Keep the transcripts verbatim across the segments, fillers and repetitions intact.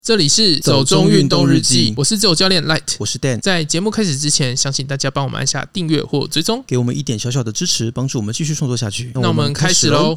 这里是走中运动日记，我是自由教练 Light， 我是 Dan。 在节目开始之前，相信大家帮我们按下订阅或追踪， 给我们一点小小的支持，帮助我们继续创作下去。 那我们开始喽。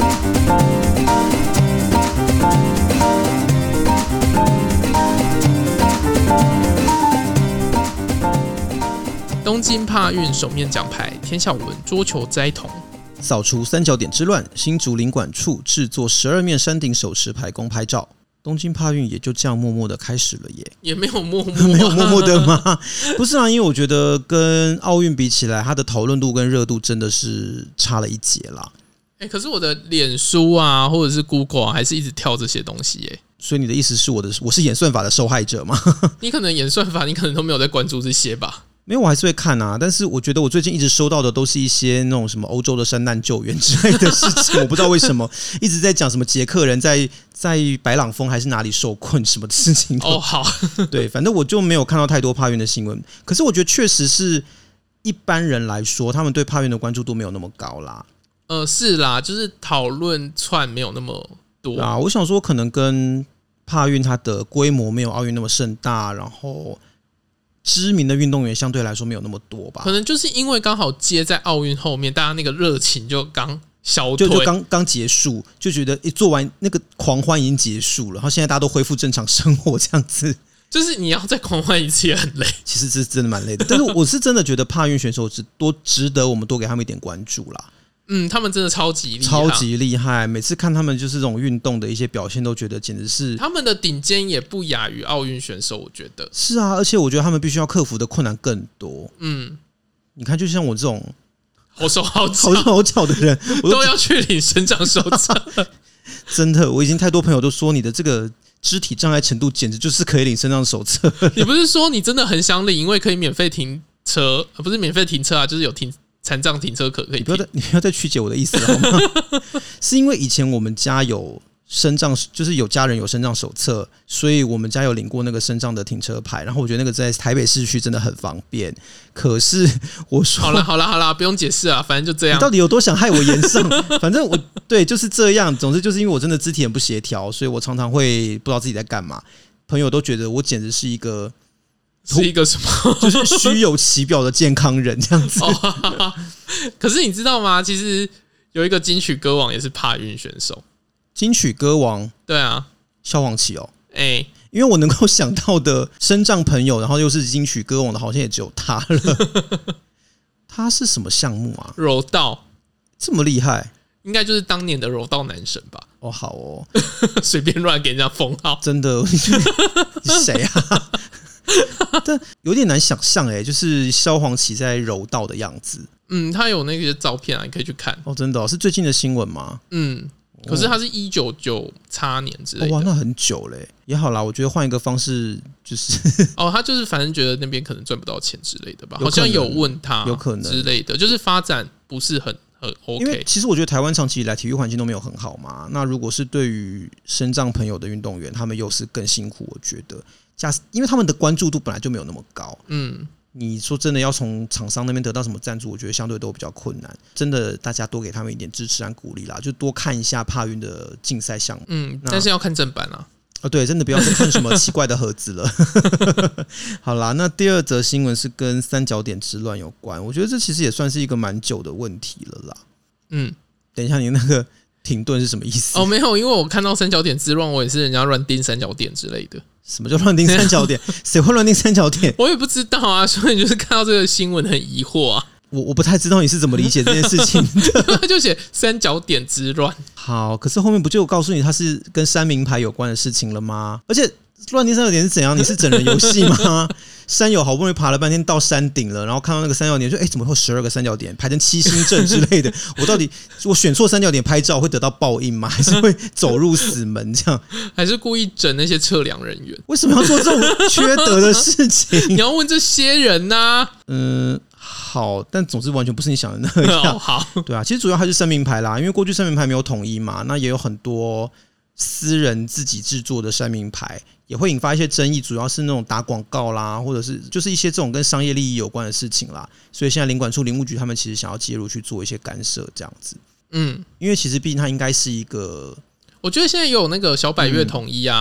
东京帕运首面奖牌，天下武文桌球摘铜。 扫除三角点之乱，新竹领馆处制作十二面山顶手持牌供拍照。东京帕运也就这样默默的开始了耶， 也没有默默、啊， 没有默默的吗？不是啊，因为我觉得跟奥运比起来，它的讨论度跟热度真的是差了一截啦。 欸、可是我的脸书啊，或者是 Google 啊，还是一直跳这些东西耶、欸。 所以你的意思是我的我是演算法的受害者吗？ 你可能演算法，你可能都没有在关注这些吧。 没有，我还是会看啊，但是我觉得我最近一直收到的都是一些那种什么欧洲的山难救援之类的事情，我不知道为什么一直在讲什么捷克人在在白朗峰还是哪里受困什么的事情。 哦，好， 对，反正我就没有看到太多帕运的新闻。可是我觉得确实是一般人来说，他们对帕运的关注度没有那么高啦。 呃，是啦，就是讨论串没有那么多啊。我想说，可能跟帕运它的规模没有奥运那么盛大，然后知名的运动员相对来说没有那么多吧， 可能就是因为刚好接在奥运后面，大家那个热情就刚消退， 就就刚刚结束，就觉得一做完那个狂欢已经结束了，然后现在大家都恢复正常生活，这样子， 就是你要再狂欢一次也很累。 其实这真的蛮累的，但是我是真的觉得帕运选手多值得我们多给他们一点关注啦。 嗯，他们真的超级厉害， 超级厉害！每次看他们就是这种运动的一些表现，都觉得简直是他们的顶尖也不亚于奥运选手，我觉得是啊，而且我觉得他们必须要克服的困难更多。嗯，你看，就像我这种好手好脚、 好手好脚的人， 我 都, 都要去领生长手册。 真的，我已经太多朋友都说你的这个肢体障碍程度，简直就是可以领生长手册。 你不是说你真的很想领，因为可以免费停车，不是免费停车啊，就是有停。残障停车可可以停， 你不要再你不要再曲解我的意思了好吗？是因为以前我们家有身障，就是有家人有身障手册，所以我们家有领过那个身障的停车牌，然后我觉得那个在台北市区真的很方便。可是我说好了好了好了，不用解释啊，反正就这样。 你到底有多想害我延上？反正我对就是这样。总之就是因为我真的肢体很不协调，所以我常常会不知道自己在干嘛。朋友都觉得我简直是一个。 是一个什么？ 就是虚有其表的健康人这样子。哦、哈哈可是你知道吗？其实有一个金曲歌王也是帕运选手。 金曲歌王？ 对啊， 萧煌奇哦。 哎、欸， 因为我能够想到的身障朋友，然后又是金曲歌王的，好像也只有他了。他是什么项目啊？ 柔道， 这么厉害？ 应该就是当年的柔道男神吧？ 哦，好哦， 随便乱给人家封号， 真的？你谁啊？但有点难想象哎，就是萧煌奇在柔道的样子。 嗯，他有那些照片啊，你可以去看。 哦，真的、哦、是最近的新闻吗？ 嗯，可是他是一九九叉年之类的、 哦。哇，那很久嘞。也好啦，我觉得换一个方式就是哦，他就是反正觉得那边可能赚不到钱之类的吧，好像有问他， 有可能之类的，就是发展不是很很 OK。 因为其实我觉得台湾长期以来体育环境都没有很好嘛。那如果是对于身障朋友的运动员，他们又是更辛苦，我觉得。因为他们的关注度本来就没有那么高，嗯，你说真的要从厂商那边得到什么赞助，我觉得相对都比较困难。真的，大家多给他们一点支持和鼓励啦，就多看一下帕运的竞赛项目， 嗯，但是要看正版啊。 哦，对，真的不要再看什么奇怪的盒子了。好啦，那第二则新闻是跟三角点之乱有关，我觉得这其实也算是一个蛮久的问题了啦。嗯，等一下，你那个停顿是什么意思？ 哦，没有，因为我看到三角点之乱，我也是人家乱盯三角点之类的。 什么叫乱盯三角点？谁会乱盯三角点？ 我也不知道啊，所以就是看到这个新闻很疑惑啊。 我我不太知道你是怎么理解这件事情的。 他就写三角点之乱。 好，可是后面不就告诉你它是跟三名牌有关的事情了吗？而且乱盯三角点是怎样？你是整人游戏吗？山友好不容易爬了半天到山顶了，然后看到那个三角点，说：“哎、欸，怎么会有十二个三角点排成七星阵之类的？我到底我选错三角点拍照会得到报应吗？还是会走入死门这样？ 还是故意整那些测量人员？ 为什么要做这种缺德的事情？ 你要问这些人呐、啊？ 嗯。”好，但总之完全不是你想的那样。 哦、好， 对啊，其实主要还是三名牌啦，因为过去三名牌没有统一嘛，那也有很多私人自己制作的三名牌，也会引发一些争议，主要是那种打广告啦，或者是就是一些这种跟商业利益有关的事情啦。所以现在领管处林务局他们其实想要介入去做一些干涉，这样子。嗯，因为其实毕竟它应该是一个， 我觉得现在也有那个小百岳统一啊。嗯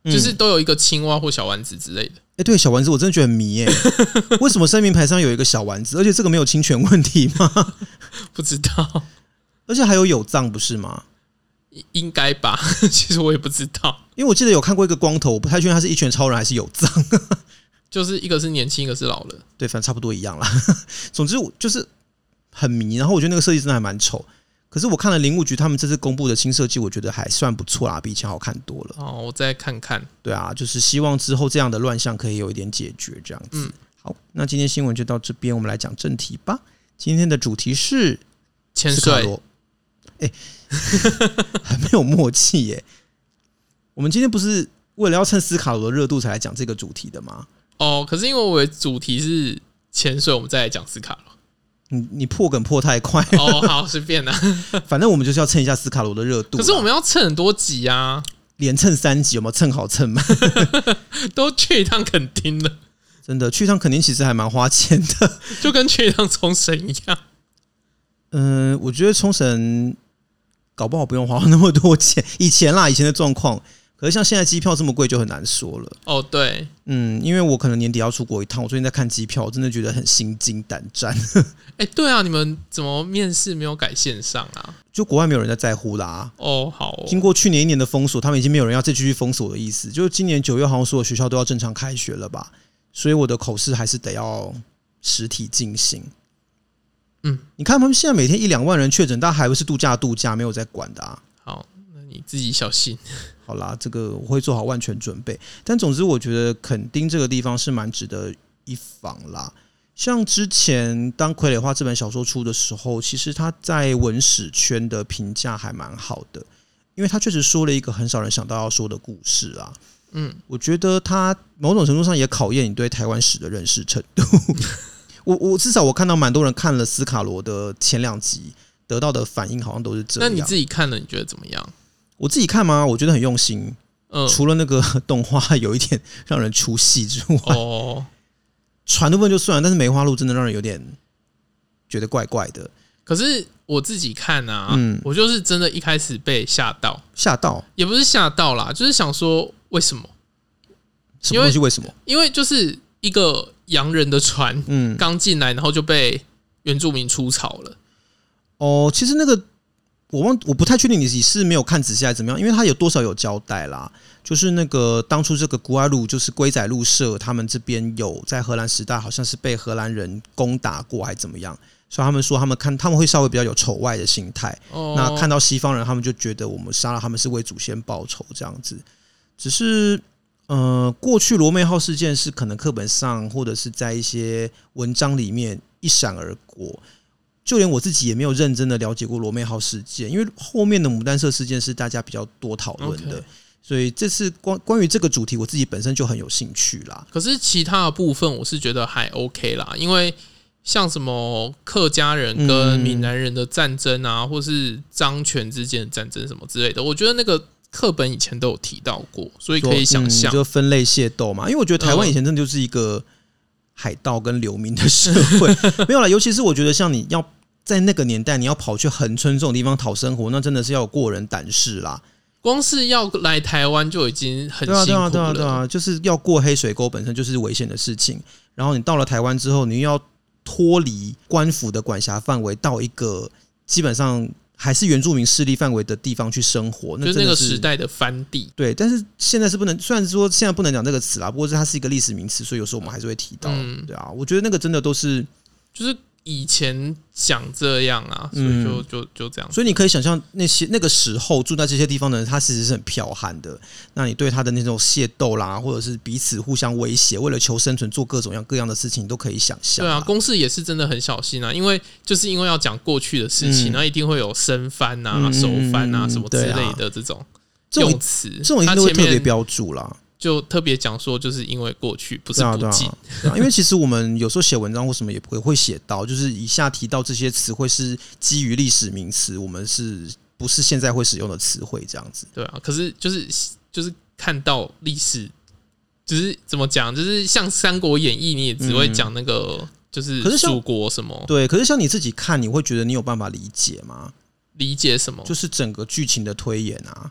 就是都有一个青蛙或小丸子之类的。 哎、欸，对，小丸子我真的觉得很迷耶、欸，为什么声明牌上有一个小丸子？而且这个没有侵权问题吗？ 不知道， 而且还有有藏不是吗？ 应该吧，其实我也不知道， 因为我记得有看过一个光头，我不太确定他是一拳超人还是有藏， 就是一个是年轻，一个是老了， 对，反正差不多一样啦。总之就是很迷，然后我觉得那个设计真的还蛮丑。可是我看了林务局他们这次公布的新设计，我觉得还算不错啦，比以前好看多了。 哦，我再看看。 对啊，就是希望之后这样的乱象可以有一点解决，这样子。嗯、好，那今天新闻就到这边，我们来讲正题吧。今天的主题是潜水。 哎、欸，很没有默契耶。我们今天不是为了要趁斯卡罗的热度才来讲这个主题的吗？ 哦，可是因为我的主题是潜水，我们再来讲斯卡罗。 你你破梗破太快哦，好随便啦， 反正我们就是要蹭一下斯卡罗的热度。 可是我们要蹭很多集啊， 连蹭三集，有没有蹭好蹭吗？ 都去一趟垦丁了， 真的去一趟垦丁其实还蛮花钱的， 就跟去一趟冲绳一样。 嗯、呃，我觉得冲绳搞不好不用花那么多钱，以前啦，以前的状况。可是像现在机票这么贵就很难说了。 哦，对， 嗯，因为我可能年底要出国一趟，我最近在看机票，我真的觉得很心惊胆战。 哎、欸，对啊，你们怎么面试没有改线上啊？ 就国外没有人在在乎啦。 哦，好哦， 经过去年一年的封锁，他们已经没有人要再继续封锁的意思。就是今年九月好像所有学校都要正常开学了吧？所以我的口试还是得要实体进行。嗯，你看他们现在每天一两万人确诊，但还会是度假度假，没有在管的啊。 好，那你自己小心。 好啦，这个我会做好万全准备。但总之，我觉得垦丁这个地方是蛮值得一访啦。像之前当《傀儡花》这本小说出的时候，其实他在文史圈的评价还蛮好的，因为他确实说了一个很少人想到要说的故事啊。嗯，我觉得他某种程度上也考验你对台湾史的认识程度。我我至少我看到蛮多人看了斯卡罗的前两集，得到的反应好像都是这样。 那你自己看了，你觉得怎么样？ 我自己看吗？我觉得很用心。嗯，除了那个动画有一点让人出戏之外，哦，船的部分就算了，但是梅花鹿真的让人有点觉得怪怪的。 可是我自己看啊，嗯，我就是真的一开始被吓到， 吓到也不是吓到啦，就是想说为什么？ 什么东西？为什么？ 因为就是一个洋人的船，嗯，刚进来，然后就被原住民出草了。 哦，其实那个。我忘，我不太确定你是没有看仔细还是怎么样，因为他有多少有交代啦。就是那个当初这个古阿鲁，就是龟仔路社，他们这边有在荷兰时代好像是被荷兰人攻打过，还怎么样？所以他们说他们看他们会稍微比较有仇外的心态。哦，那看到西方人，他们就觉得我们杀了他们是为祖先报仇这样子。只是呃，过去罗妹号事件是可能课本上或者是在一些文章里面一闪而过。就连我自己也没有认真的了解过罗妹号事件，因为后面的牡丹社事件是大家比较多讨论的， okay. 所以这次关关于这个主题，我自己本身就很有兴趣啦。 可是其他的部分，我是觉得还 OK 啦，因为像什么客家人跟闽南人的战争啊，嗯、或是漳泉之间的战争什么之类的，我觉得那个课本以前都有提到过，所以可以想象、 嗯、就分类械斗嘛。因为我觉得台湾以前真的就是一个海盗跟流民的社会，没有啦。尤其是我觉得像你要在那个年代，你要跑去恒春这种地方讨生活，那真的是要有过人胆识啦。 光是要来台湾就已经很辛苦了。对啊， 对啊，对啊，就是要过黑水沟本身就是危险的事情。然后你到了台湾之后，你又要脱离官府的管辖范围，到一个基本上还是原住民势力范围的地方去生活，那真的是就是那个时代的番地。 对，但是现在是不能，虽然说现在不能讲这个词啦，不过它是一个历史名词，所以有时候我们还是会提到。嗯、对啊，我觉得那个真的都是就是以前讲这样啊，所以就、嗯、就就这样。 所以你可以想象那些那个时候住在这些地方的人，他其实是很剽悍的。那你对他的那种械斗啦，或者是彼此互相威胁，为了求生存做各种样各样的事情，都可以想象。 对啊，公视也是真的很小心啊，因为就是因为要讲过去的事情，那、嗯、一定会有生番啊、嗯、熟番啊什么之类的这种用词， 这种一定会特别标注啦。 就特别讲说，就是因为过去不是不敬、啊啊啊，因为其实我们有时候写文章或什么也不会会写到，就是以下提到这些词汇是基于历史名词，我们是不是现在会使用的词汇这样子？ 对啊，可是就是就是看到历史，就是怎么讲，就是像《三国演义》，你也只会讲那个就是蜀国什么、 嗯，对，可是像你自己看，你会觉得你有办法理解吗？ 理解什么？ 就是整个剧情的推演啊。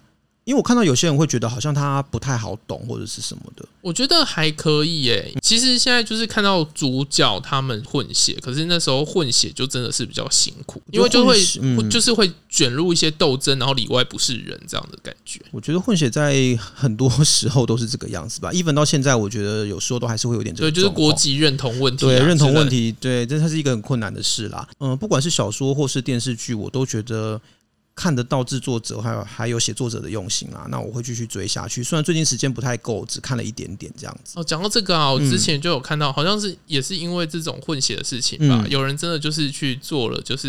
因为我看到有些人会觉得好像他不太好懂或者是什么的。 我觉得还可以耶。其实现在就是看到主角他们混血，可是那时候混血就真的是比较辛苦，因为就会、嗯、就是会卷入一些斗争，然后里外不是人这样的感觉。 我觉得混血在很多时候都是这个样子吧 ，even 到现在，我觉得有时候都还是会有点这个。 对，就是国籍认同问题、啊， 对认同问题，对，这它是一个很困难的事啦。嗯，不管是小说或是电视剧，我都觉得看得到制作者还有还有写作者的用心啦，那我会继续追下去。虽然最近时间不太够，只看了一点点这样子。 哦，讲到这个啊，我之前就有看到，嗯、好像是也是因为这种混血的事情吧，嗯、有人真的就是去做了，就是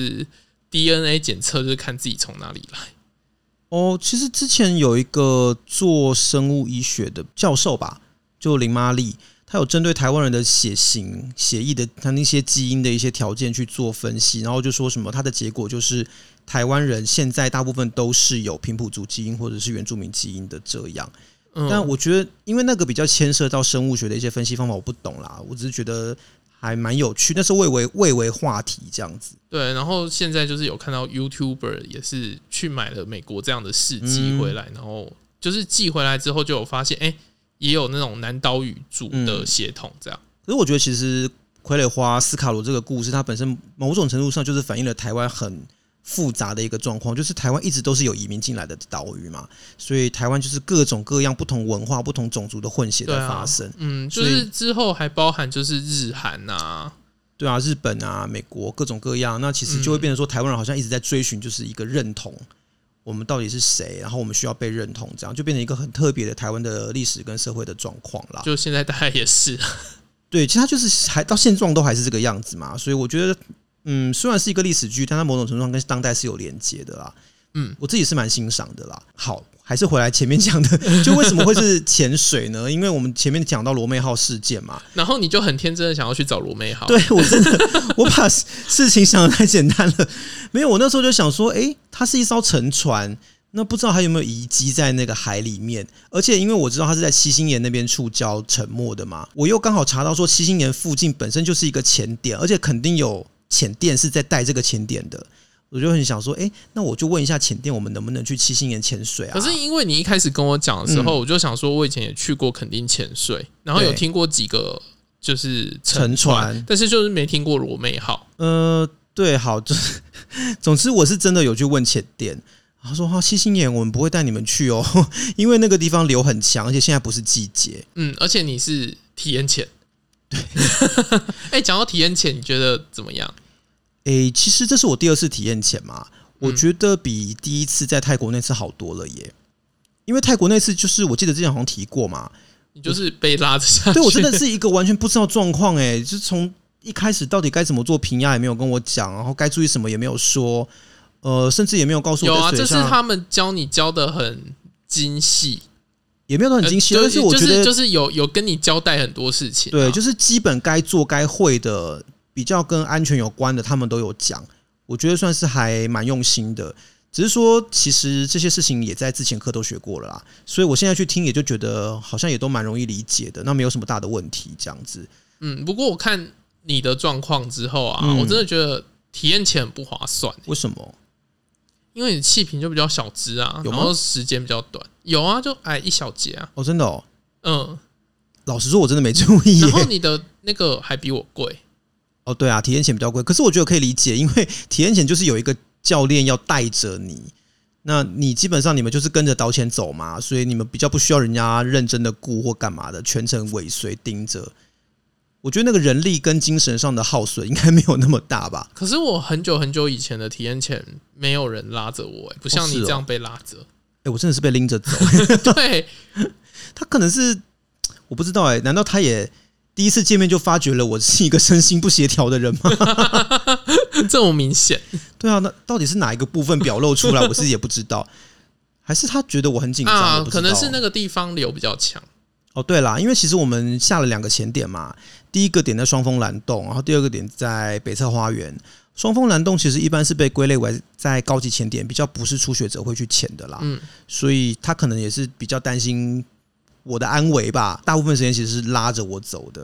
D N A 检测，就是看自己从哪里来。 哦，其实之前有一个做生物医学的教授吧，就林玛丽。他有针对台湾人的血型、血液的他那些基因的一些条件去做分析，然后就说什么他的结果就是台湾人现在大部分都是有平埔族基因或者是原住民基因的这样。嗯、但我觉得因为那个比较牵涉到生物学的一些分析方法，我不懂啦，我只是觉得还蛮有趣，那是蔚为蔚为话题这样子。 对，然后现在就是有看到 YouTuber 也是去买了美国这样的试剂回来，嗯、然后就是寄回来之后就有发现，哎、欸。也有那种南岛语族的血统这样、嗯， 可是我觉得其实傀儡花斯卡罗这个故事，它本身某种程度上就是反映了台湾很复杂的一个状况，就是台湾一直都是有移民进来的岛屿嘛，所以台湾就是各种各样不同文化、不同种族的混血在发生。啊、 嗯，就是之后还包含就是日韩啊， 对啊，日本啊、美国各种各样，那其实就会变成说，台湾人好像一直在追寻就是一个认同。我们到底是谁？然后我们需要被认同，这样就变成一个很特别的台湾的历史跟社会的状况啦。 就现在大概也是， 对，其实它就是还到现状都还是这个样子嘛。所以我觉得，嗯，虽然是一个历史剧，但它某种程度上跟当代是有连接的啦。嗯，我自己是蛮欣赏的啦。好，还是回来前面讲的，就为什么会是潜水呢？因为我们前面讲到罗妹号事件嘛， 然后你就很天真的想要去找罗妹号。 对，我真的我把事情想得太简单了。没有，我那时候就想说，哎、欸，它是一艘沉船，那不知道还有没有遗迹在那个海里面？而且因为我知道它是在七星岩那边触礁沉没的嘛，我又刚好查到说七星岩附近本身就是一个潜点，而且肯定有潜店是在带这个潜点的。我就很想说，哎、欸，那我就问一下潜店，我们能不能去七星岩潜水啊？ 可是因为你一开始跟我讲的时候，嗯、我就想说，我以前也去过垦丁潜水，然后有听过几个就是沉船，但是就是没听过罗妹号。 呃，对，好，就是总之我是真的有去问潜店，他说：“哈，七星岩我们不会带你们去哦，因为那个地方流很强，而且现在不是季节。 嗯，而且你是体验潜，对。哎、欸，讲到体验潜，你觉得怎么样？” 诶，其实这是我第二次体验潜嘛，我觉得比第一次在泰国那次好多了耶。因为泰国那次就是我记得之前好像提过嘛， 你就是被拉着下去， 对我真的是一个完全不知道状况哎，就是从一开始到底该怎么做平压也没有跟我讲，然后该注意什么也没有说，呃，甚至也没有告诉我。 有啊，这是他们教你教的很精细。 也没有很精细， 呃、 但是我觉得、 就是、就是有有跟你交代很多事情、啊， 对，就是基本该做该会的。比较跟安全有关的，他们都有讲，我觉得算是还蛮用心的。只是说，其实这些事情也在之前课都学过了啦，所以我现在去听，也就觉得好像也都蛮容易理解的，那没有什么大的问题，这样子。 嗯，不过我看你的状况之后啊、嗯，我真的觉得体验前很不划算、欸。 为什么？ 因为你气瓶就比较小只啊，然后时间比较短。有啊，就矮一小节啊。 哦，真的哦。 嗯， 老实说，我真的没注意、欸。 然后你的那个还比我贵。 哦，对啊，体验险比较贵，可是我觉得可以理解，因为体验险就是有一个教练要带着你，那你基本上你们就是跟着导潜走嘛，所以你们比较不需要人家认真的顾或干嘛的，全程尾随盯着。我觉得那个人力跟精神上的耗损应该没有那么大吧。 可是我很久很久以前的体验前没有人拉着我、欸，不像你这样被拉着。哎、哦欸，我真的是被拎着走。 对， 他可能是我不知道哎、欸，难道他也？第一次见面就发觉了我是一个身心不协调的人吗？ 这么明显？ 对啊，那到底是哪一个部分表露出来？我是也不知道，还是他觉得我很紧张、啊？ 可能是那个地方流比较强。 哦，对啦，因为其实我们下了两个潜点嘛，第一个点在双峰蓝洞，然后第二个点在北侧花园。双峰蓝洞其实一般是被归类为在高级潜点，比较不是初学者会去潜的啦。嗯，所以他可能也是比较担心我的安危吧，大部分时间其实是拉着我走的。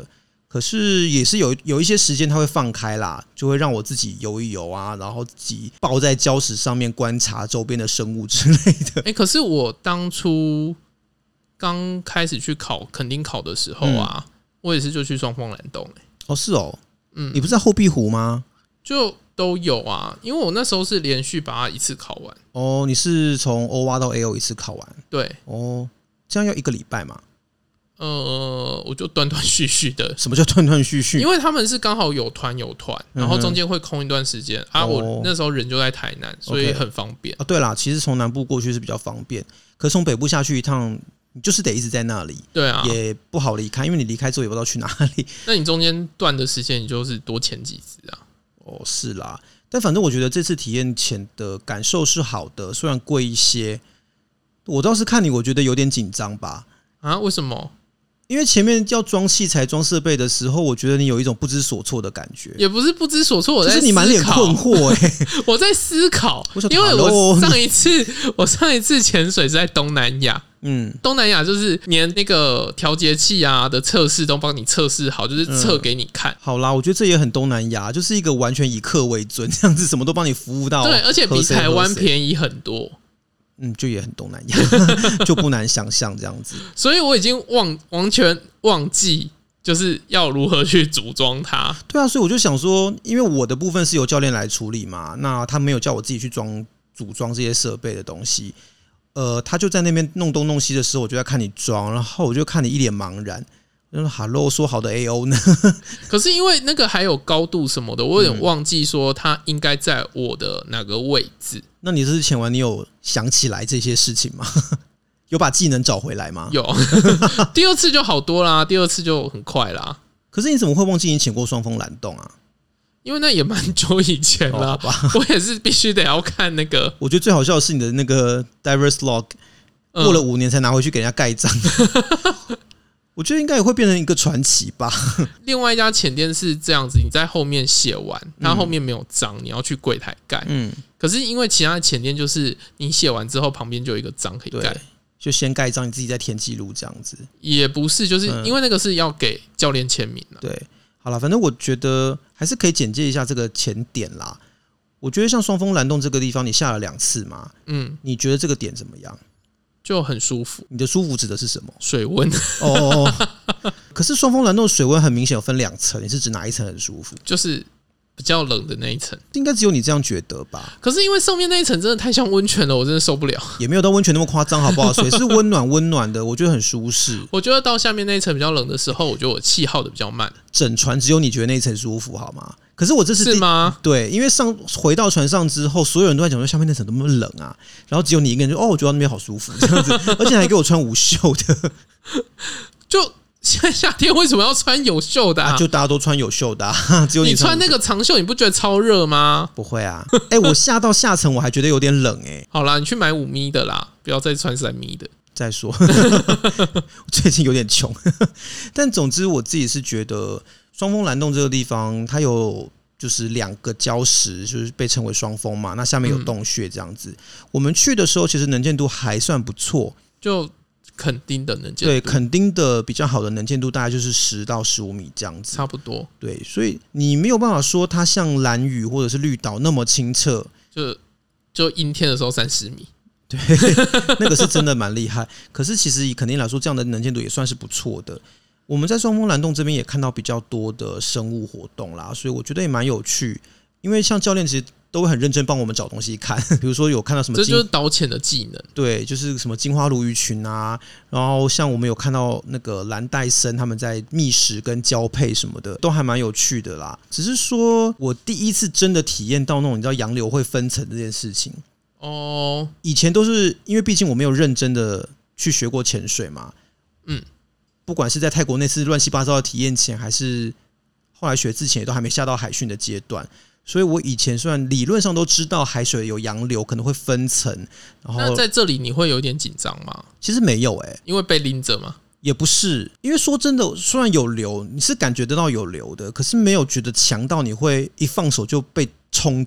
可是也是有有一些时间它会放开啦，就会让我自己游一游啊，然后自己抱在礁石上面观察周边的生物之类的。 哎、欸，可是我当初刚开始去考垦丁考的时候啊，嗯、我也是就去双峰蓝洞、欸。 哦，是哦，嗯，你不是在后壁湖吗？ 就都有啊，因为我那时候是连续把它一次考完。 哦，你是从 O 挖到 A O 一次考完？ 对。 哦，这样要一个礼拜嘛？ 呃，我就断断续续的。 什么叫断断续续？ 因为他们是刚好有团有团，然后中间会空一段时间、嗯、啊。我那时候人就在台南，所以很方便、 okay. 啊。对啦，其实从南部过去是比较方便，可是从北部下去一趟，你就是得一直在那里。 对啊， 也不好离开，因为你离开之后也不知道去哪里。 那你中间断的时间，你就是多潜几次啊？ 哦，是啦，但反正我觉得这次体验潜的感受是好的，虽然贵一些。我倒是看你，我觉得有点紧张吧？ 啊？为什么？ 因为前面要装器材、装设备的时候，我觉得你有一种不知所措的感觉。 也不是不知所措，我在思考， 就是你满脸困惑哎、欸！ 我在思考，因为我上一次我上一次潜水是在东南亚，嗯，东南亚就是连那个调节器啊的测试都帮你测试好，就是测给你看、嗯。 好啦，我觉得这也很东南亚，就是一个完全以客为尊，这样子什么都帮你服务到， 对，而且比台湾便宜很多。 嗯，就也很东南亚，就不难想象这样子。 所以我已经忘完全忘记，就是要如何去组装它。 对啊，所以我就想说，因为我的部分是由教练来处理嘛，那他没有叫我自己去装组装这些设备的东西。呃，他就在那边弄东弄西的时候，我就在看你装，然后我就看你一脸茫然。就说 Hello 说好的 A O 呢？ 可是因为那个还有高度什么的，我有点忘记说它应该在我的哪个位置。 那你这次潜完，你有想起来这些事情吗？有把技能找回来吗？ 有，第二次就好多啦，第二次就很快啦。 可是你怎么会忘记你潜过双峰蓝洞啊？ 因为那也蛮久以前了、哦，我也是必须得要看那个。 我觉得最好笑的是你的那个 Divers Log， 过了五年才拿回去给人家盖章。嗯我觉得应该也会变成一个传奇吧。 另外一家潜店是这样子，你在后面写完，它后面没有章，你要去柜台盖。嗯，可是因为其他的潜店就是你写完之后，旁边就有一个章可以盖， 就先盖章，你自己再填记录这样子。 也不是，就是因为那个是要给教练签名的。 对，好了，反正我觉得还是可以简介一下这个潜点啦。我觉得像双峰蓝洞这个地方，你下了两次嘛，嗯，你觉得这个点怎么样？ 就很舒服。 你的舒服指的是什么？ 水温哦。可是双峰蓝洞水温很明显有分两层，你是指哪一层很舒服？ 就是比较冷的那一层。 应该只有你这样觉得吧？ 可是因为上面那一层真的太像温泉了，我真的受不了。 也没有到温泉那么夸张，好不好？水是温暖温暖的，我觉得很舒适。 我觉得到下面那一层比较冷的时候，我觉得我气耗的比较慢。 整船只有你觉得那一层舒服，好吗？可是我这是是吗？ 对，因为上回到船上之后，所有人都在讲说下面那层多么冷啊，然后只有你一个人就哦，我觉得那边好舒服这样子，而且还给我穿无袖的。 就现在夏天为什么要穿有袖的、啊啊？就大家都穿有袖的、啊，只有 你, 你穿那个长袖，你不觉得超热吗？ 不会啊，哎、欸，我下到下层我还觉得有点冷哎、欸。 好啦，你去买五米的啦，不要再穿三米的。 再说，我最近有点穷，但总之我自己是觉得双峰蓝洞这个地方，它有就是两个礁石，就是被称为双峰嘛，那下面有洞穴这样子。嗯、我们去的时候，其实能见度还算不错， 就垦丁的能见度， 对，垦丁的比较好的能见度大概就是十到十五米这样子， 差不多。 对，所以你没有办法说它像兰屿或者是绿岛那么清澈， 就就阴天的时候三十米。 对，那个是真的蛮厉害。可是其实以垦丁来说，这样的能见度也算是不错的。我们在双峰蓝洞这边也看到比较多的生物活动啦，所以我觉得也蛮有趣。因为像教练其实都会很认真帮我们找东西看，比如说有看到什么， 这就是导潜的技能。 对，就是什么金花鲈鱼群啊，然后像我们有看到那个蓝带参他们在觅食跟交配什么的，都还蛮有趣的啦。只是说我第一次真的体验到那种你知道洋流会分层这件事情。哦，以前都是因为毕竟我没有认真的去学过潜水嘛，嗯，不管是在泰国那次乱七八糟的体验潜，还是后来学自潜，也都还没下到海训的阶段，所以我以前虽然理论上都知道海水有洋流，可能会分层，然后那在这里你会有点紧张吗？ 其实没有哎、欸， 因为被拎着吗？ 也不是，因为说真的，虽然有流，你是感觉得到有流的，可是没有觉得强到你会一放手就被冲走。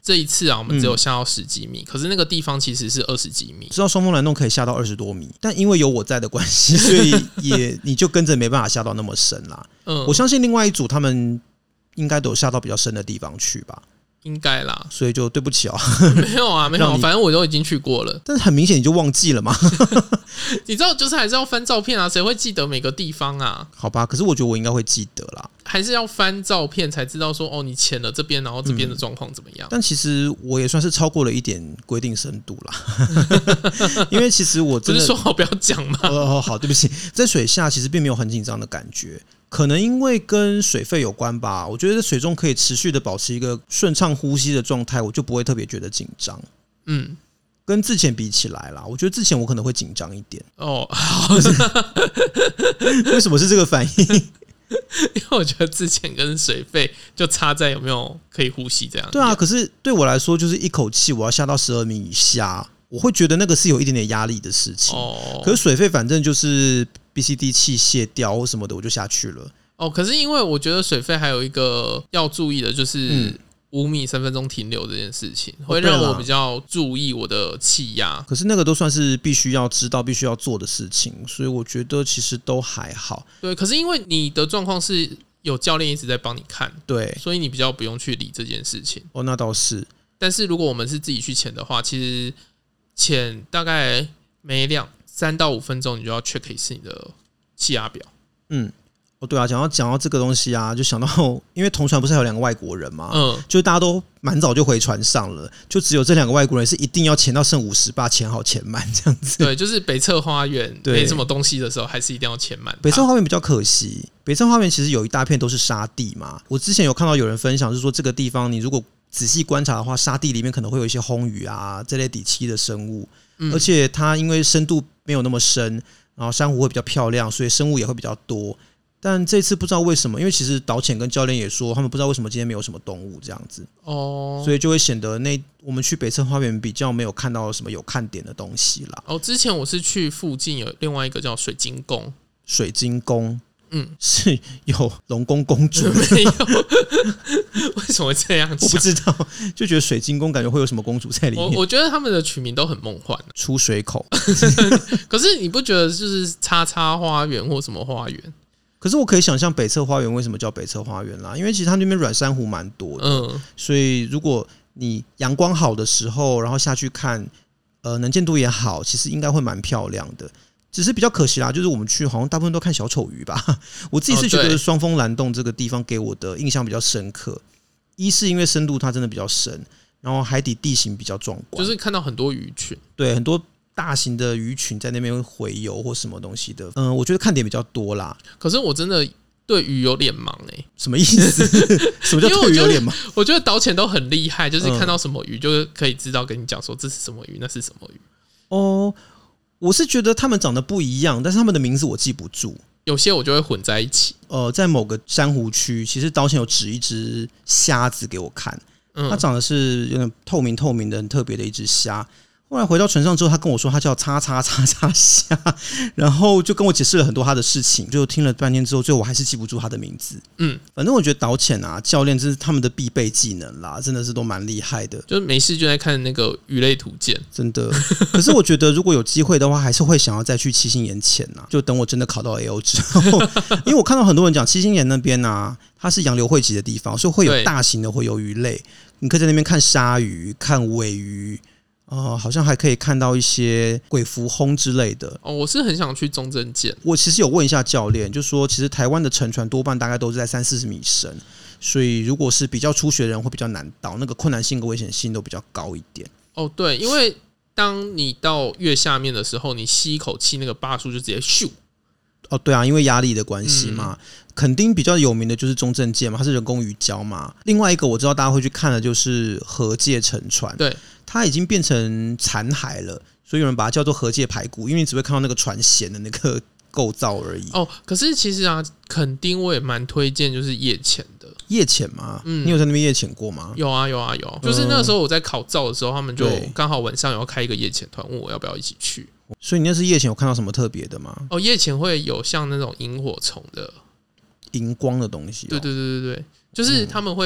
这一次啊，我们只有下到十几米、嗯，可是那个地方其实是二十几米。 知道双峰蓝洞可以下到二十多米，但因为有我在的关系，所以也你就跟着没办法下到那么深啦。嗯，我相信另外一组他们应该都有下到比较深的地方去吧。 应该啦， 所以就对不起哦。 没有啊，没有，反正我都已经去过了。 但是很明显你就忘记了嘛。 你知道，就是还是要翻照片啊，谁会记得每个地方啊？ 好吧，可是我觉得我应该会记得啦。 还是要翻照片才知道说，哦，你潜了这边，然后这边的状况怎么样、嗯？ 但其实我也算是超过了一点规定深度啦。因为其实我真的不是说好不要讲吗？ 哦，好，对不起，在水下其实并没有很紧张的感觉。可能因为跟水肺有关吧，我觉得在水中可以持续的保持一个顺畅呼吸的状态，我就不会特别觉得紧张。嗯，跟之前比起来啦，我觉得之前我可能会紧张一点。哦，好，为什么是这个反应？ 因为我觉得之前跟水肺就差在有没有可以呼吸这样。 对啊，可是对我来说，就是一口气我要下到十二米以下，我会觉得那个是有一点点压力的事情。哦，可是水肺反正就是 B C D 器械掉或什么的，我就下去了。 哦，可是因为我觉得水肺还有一个要注意的，就是五米三分钟停留这件事情，会让我比较注意我的气压。 可是那个都算是必须要知道、必须要做的事情，所以我觉得其实都还好。 对，可是因为你的状况是有教练一直在帮你看， 对， 所以你比较不用去理这件事情。 哦，那倒是。但是如果我们是自己去潜的话，其实潜大概每两三到五分钟，你就要 check 一次你的气压表。嗯。 哦，对啊，讲到讲到这个东西啊，就想到，因为同船不是还有两个外国人嘛，嗯，就大家都蛮早就回船上了，就只有这两个外国人是一定要潜到剩五十八，潜好潜满这样子。 对，就是北侧花园没什么东西的时候，还是一定要潜满。 北侧花园比较可惜，北侧花园其实有一大片都是沙地嘛。我之前有看到有人分享，是说这个地方你如果仔细观察的话，沙地里面可能会有一些红鱼啊这类底栖的生物，嗯，而且它因为深度没有那么深，然后珊瑚会比较漂亮，所以生物也会比较多。但这次不知道为什么，因为其实导潜跟教练也说，他们不知道为什么今天没有什么动物这样子，哦，所以就会显得那我们去北侧花园比较没有看到什么有看点的东西啦。 哦，之前我是去附近有另外一个叫水晶宫， 水晶宫，嗯，是有龙宫公主没有？为什么会这样讲？ 我不知道，就觉得水晶宫感觉会有什么公主在里面。 我, 我觉得他们的取名都很梦幻， 出水口。 可是你不觉得就是叉叉花园或什么花园？ 可是我可以想象北侧花园为什么叫北侧花园啦，因为其实它那边软珊瑚蛮多的，嗯，所以如果你阳光好的时候，然后下去看，呃，能见度也好，其实应该会蛮漂亮的。只是比较可惜啦，就是我们去好像大部分都看小丑鱼吧。我自己是觉得双峰蓝洞这个地方给我的印象比较深刻，一是因为深度它真的比较深，然后海底地形比较壮观， 就是看到很多鱼群， 对，很多大型的鱼群在那边洄游或什么东西的，嗯，我觉得看点比较多啦。 可是我真的对鱼有脸盲哎、欸， 什么意思？什么叫对鱼有脸盲？ 我觉得导潜都很厉害，就是看到什么鱼就可以知道跟你讲说这是什么鱼，那是什么鱼。 哦，我是觉得他们长得不一样，但是他们的名字我记不住。 有些我就会混在一起。 呃，在某个珊瑚区，其实导潜有指一只虾子给我看，嗯、它长得是有点透明透明的，很特别的一只虾。后来回到船上之后，他跟我说他叫叉叉叉叉虾，然后就跟我解释了很多他的事情，就听了半天之后，最后我还是记不住他的名字。嗯，反正我觉得导潜啊，教练这是他们的必备技能啦，真的是都蛮厉害的。 就没事就在看那个鱼类图鉴， 真的。可是我觉得如果有机会的话，还是会想要再去七星岩潜呐。就等我真的考到 A O 之后，因为我看到很多人讲七星岩那边啊，它是洋流汇集的地方，所以会有大型的洄游鱼类，你可以在那边看鲨鱼、看尾鱼。呃，好像还可以看到一些鬼蝠魟之类的。 哦，我是很想去中正舰。 我其实有问一下教练，就说其实台湾的沉船多半大概都是在三四十米深，所以如果是比较初学的人会比较难到，那个困难性跟危险性都比较高一点。 哦，对，因为当你到越下面的时候，你吸一口气，那个巴数就直接咻。 哦，对啊，因为压力的关系嘛。嗯，垦丁比较有名的就是中正舰嘛，它是人工鱼礁嘛。另外一个我知道大家会去看的就是河界沉船， 对， 它已经变成残骸了，所以有人把它叫做河界排骨，因为你只会看到那个船舷的那个构造而已。 哦，可是其实啊，垦丁我也蛮推荐就是夜潜的。 夜潜吗？嗯，你有在那边夜潜过吗？ 有啊，有啊，有。就是那个时候我在考照的时候，他们就刚好晚上有要开一个夜潜团，问我要不要一起去。 所以你那次夜潜有看到什么特别的吗？ 哦，夜潜会有像那种萤火虫的荧光的东西。哦， 对对对对对，就是他们会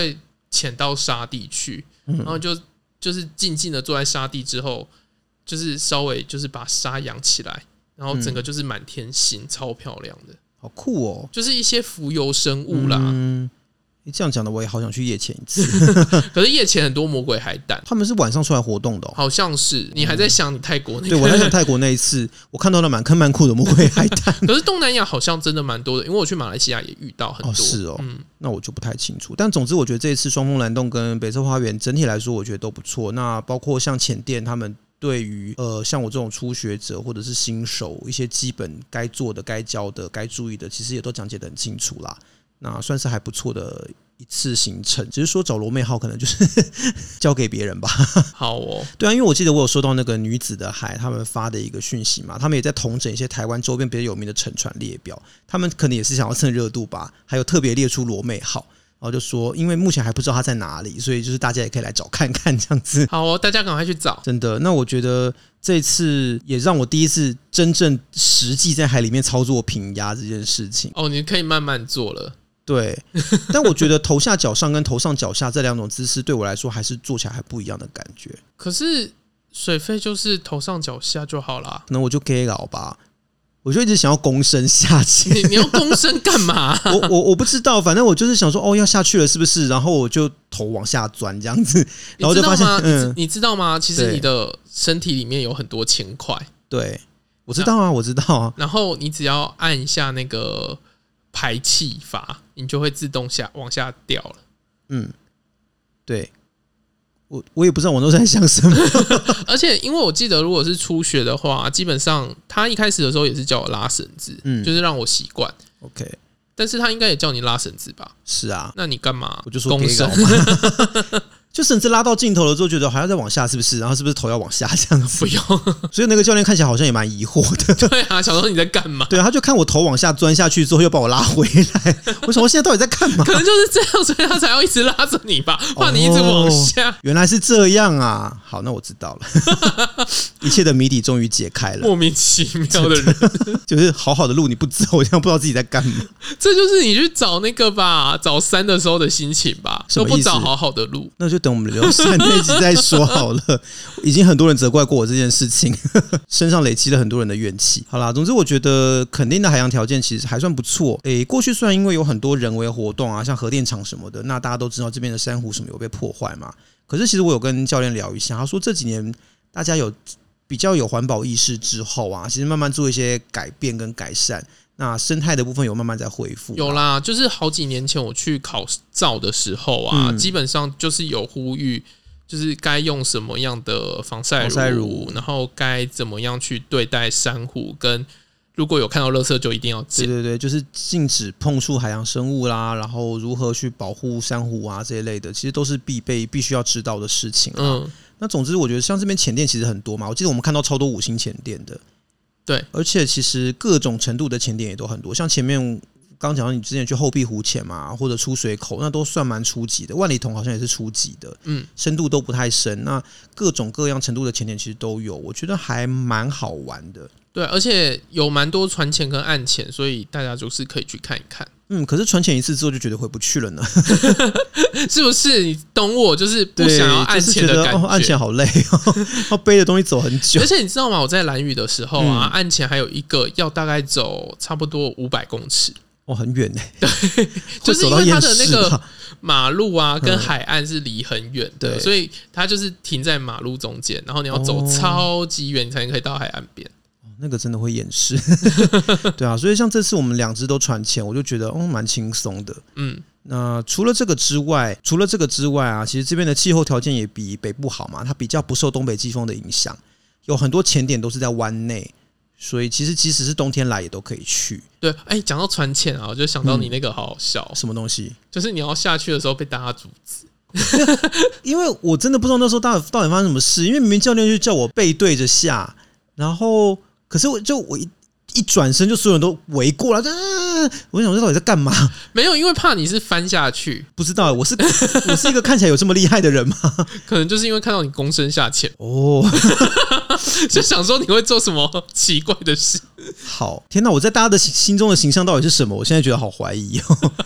潜到沙地去，然后就就是静静的坐在沙地之后，就是稍微就是把沙扬起来，然后整个就是满天星，嗯、超漂亮的， 好酷哦！ 就是一些浮游生物啦。 嗯，这样讲的我也好想去夜潜一次。 可是夜潜很多魔鬼海胆， 他们是晚上出来活动的、哦， 好像是。你还在想你泰国那个？ 对，我在想泰国那一次，我看到了满坑满谷的魔鬼海胆。 可是东南亚好像真的蛮多的，因为我去马来西亚也遇到很多。 哦，是哦， 嗯， 那我就不太清楚。但总之，我觉得这一次双峰蓝洞跟北侧花园整体来说，我觉得都不错。那包括像浅店他们。对于呃像我这种初学者或者是新手，一些基本该做的、该教的、该注意的，其实也都讲解得很清楚啦。那算是还不错的一次行程，只是说找罗妹号可能就是交给别人吧。 好哦， 对啊，因为我记得我有收到那个女子的海他们发的一个讯息嘛，他们也在统整一些台湾周边比较有名的沉船列表，他们可能也是想要蹭热度吧，还有特别列出罗妹号。然后就说，因为目前还不知道他在哪里，所以就是大家也可以来找看看这样子。 好哦，大家赶快去找。 真的，那我觉得这次也让我第一次真正实际在海里面操作平压这件事情。 哦，你可以慢慢做了。 对，但我觉得头下脚上跟头上脚下这两种姿势对我来说还是做起来还不一样的感觉。 可是水肺就是头上脚下就好啦。 可能我就 gay 搞吧。我就一直想要躬身下去， 你你要躬身干嘛？ 我我我不知道，反正我就是想说，哦，要下去了是不是？然后我就头往下钻这样子，然后就发现， 嗯，你知道吗？其实你的身体里面有很多铅块。 对，我知道啊，我知道啊。 然后你只要按一下那个排气阀，你就会自动下往下掉了。嗯， 对。我我也不知道我都在想什么， 而且因为我记得，如果是初学的话，基本上他一开始的时候也是叫我拉绳子，嗯，就是让我习惯。 OK， 但是他应该也叫你拉绳子吧？ 是啊， 那你干嘛？ 我就说躬身嘛。就绳子拉到尽头了之后，觉得好像再往下，是不是？然后是不是头要往下这样子？ 不用， 所以那个教练看起来好像也蛮疑惑的。 对啊，想说你在干嘛？ 对啊，他就看我头往下钻下去之后，又把我拉回来。我想我现在到底在干嘛？ 可能就是这样，所以他才要一直拉着你吧，怕你一直往下。 哦，原来是这样啊！好，那我知道了，一切的谜底终于解开了。 莫名其妙的人， 就是好好的路你不走，我这样不知道自己在干嘛。 这就是你去找那个吧，找山的时候的心情吧，都不找好好的路， 那就等我们留山那一集再说好了。已经很多人责怪过我这件事情，身上累积了很多人的怨气。好啦，总之我觉得垦丁的海洋条件其实还算不错。诶，过去虽然因为有很多人为活动啊，像核电厂什么的，那大家都知道这边的珊瑚什么有被破坏嘛。可是其实我有跟教练聊一下，他说这几年大家有比较有环保意识之后啊，其实慢慢做一些改变跟改善。那生态的部分有慢慢在恢复， 有啦，就是好几年前我去考照的时候啊，嗯、基本上就是有呼吁，就是该用什么样的防晒乳，晒乳然后该怎么样去对待珊瑚，跟如果有看到垃圾就一定要捡。 对对对，就是禁止碰触海洋生物啦，然后如何去保护珊瑚啊这一类的，其实都是必备必须要知道的事情啦。嗯，那总之我觉得像这边潜店其实很多嘛，我记得我们看到超多五星潜店的。 对， 而且其实各种程度的潜点也都很多，像前面刚讲到你之前去后壁湖潜嘛，或者出水口，那都算蛮初级的。万里桐好像也是初级的，嗯，深度都不太深。那各种各样程度的潜点其实都有，我觉得还蛮好玩的。 对，而且有蛮多船潜跟岸潜，所以大家就是可以去看一看。 嗯，可是船潜一次之后就觉得回不去了呢， 是不是？你懂我，就是不想要岸潜的感觉。 就是、哦，岸潜好累哦，要背的东西走很久。 而且你知道吗？我在兰屿的时候啊，岸潜、嗯、还有一个要大概走差不多五百公尺。 哦，很远呢。 对，就是因为它的那个马路啊，跟海岸是离很远的、嗯，所以它就是停在马路中间，然后你要走超级远，你才可以到海岸边。 那个真的会掩饰，对啊，所以像这次我们两只都船潜，我就觉得哦蛮轻松的。嗯，那除了这个之外，除了这个之外啊，其实这边的气候条件也比北部好嘛，它比较不受东北季风的影响，有很多潜点都是在湾内，所以其实即使是冬天来也都可以去。 对，哎，讲到船潜啊，我就想到你那个好好笑、 嗯，什么东西？ 就是你要下去的时候被大家阻止。 因为我真的不知道那时候到底到底发生什么事，因为明明教练就叫我背对着下，然后。可是我就我一一转身，就所有人都围过来、啊，我想说到底在干嘛？ 没有，因为怕你是翻下去。 不知道，我是我是一个看起来有这么厉害的人吗？ 可能就是因为看到你躬身下潜哦，就想说你会做什么奇怪的事。 好，天哪！我在大家的心中的形象到底是什么？我现在觉得好怀疑哦。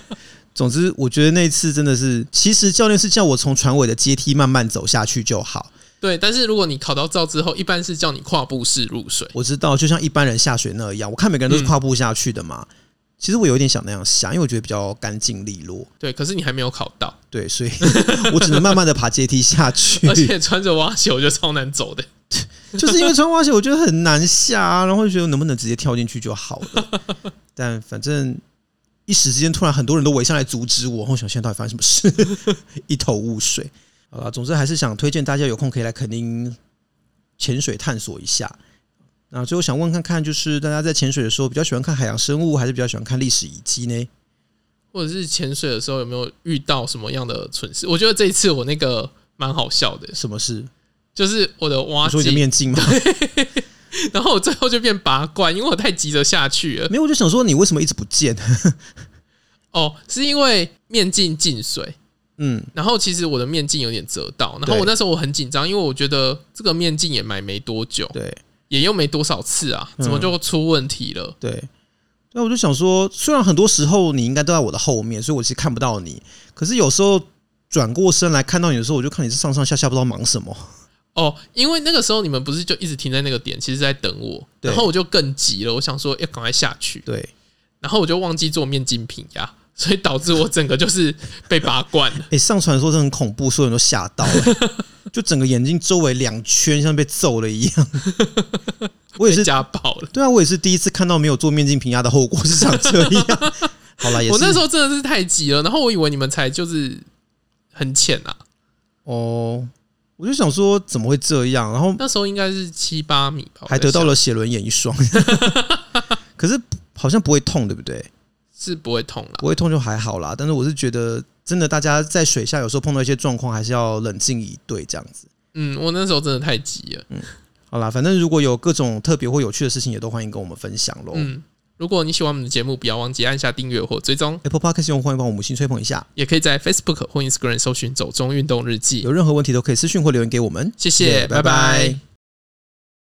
总之，我觉得那一次真的是，其实教练是叫我从船尾的阶梯慢慢走下去就好。 对，但是如果你考到照之后，一般是叫你跨步式入水。 我知道，就像一般人下水那样，我看每个人都是跨步下去的嘛。嗯、其实我有点想那样下，因为我觉得比较干净利落。 对，可是你还没有考到， 对，所以我只能慢慢的爬阶梯下去。 而且穿着蛙鞋，我觉得超难走的。 就是因为穿蛙鞋，我觉得很难下、啊，然后就觉得能不能直接跳进去就好了。但反正。一时之间，突然很多人都围上来阻止我，我想现在到底发生什么事，一头雾水。好啦，总之还是想推荐大家有空可以来垦丁潜水探索一下。那最后想问看看，就是大家在潜水的时候，比较喜欢看海洋生物，还是比较喜欢看历史遗迹呢？ 或者是潜水的时候有没有遇到什么样的蠢事？我觉得这一次我那个蛮好笑的。 什么事？ 就是我的蛙镜， 你说你的面镜吗？ 然后我最后就变拔罐，因为我太急着下去了。 没有，我就想说你为什么一直不见？ 哦，是因为面镜进水，嗯，然后其实我的面镜有点折到，然后我那时候我很紧张，因为我觉得这个面镜也买没多久，对，也又没多少次啊，怎么就出问题了？嗯、 对，那我就想说，虽然很多时候你应该都在我的后面，所以我其实看不到你，可是有时候转过身来看到你的时候，我就看你是上上下下不知道忙什么。 哦，因为那个时候你们不是就一直停在那个点，其实在等我，然后我就更急了，我想说要赶快下去，对，然后我就忘记做面镜平压，所以导致我整个就是被拔罐了。 哎、欸，上船的时候真的很恐怖，所有人都吓到了，就整个眼睛周围两圈像被揍了一样。我也是家暴了， 对啊，我也是第一次看到没有做面镜平压的后果是长这样。好啦，也是我那时候真的是太急了，然后我以为你们才就是很浅啊， 哦。我就想说怎么会这样，然后那时候应该是七八米吧， 还得到了写轮眼一双。可是好像不会痛，对不对？ 是不会痛啦， 不会痛就还好啦。但是我是觉得，真的大家在水下有时候碰到一些状况，还是要冷静以对这样子。 嗯，我那时候真的太急了。嗯， 好啦，反正如果有各种特别或有趣的事情，也都欢迎跟我们分享咯。嗯。 如果你喜欢我们的节目，不要忘记按下订阅或追踪 Apple Podcast 用户，欢迎帮我们五星吹捧一下， 也可以在 Facebook 或 Instagram 搜寻走中运动日记。 有任何问题都可以私讯或留言给我们。 谢谢，拜拜。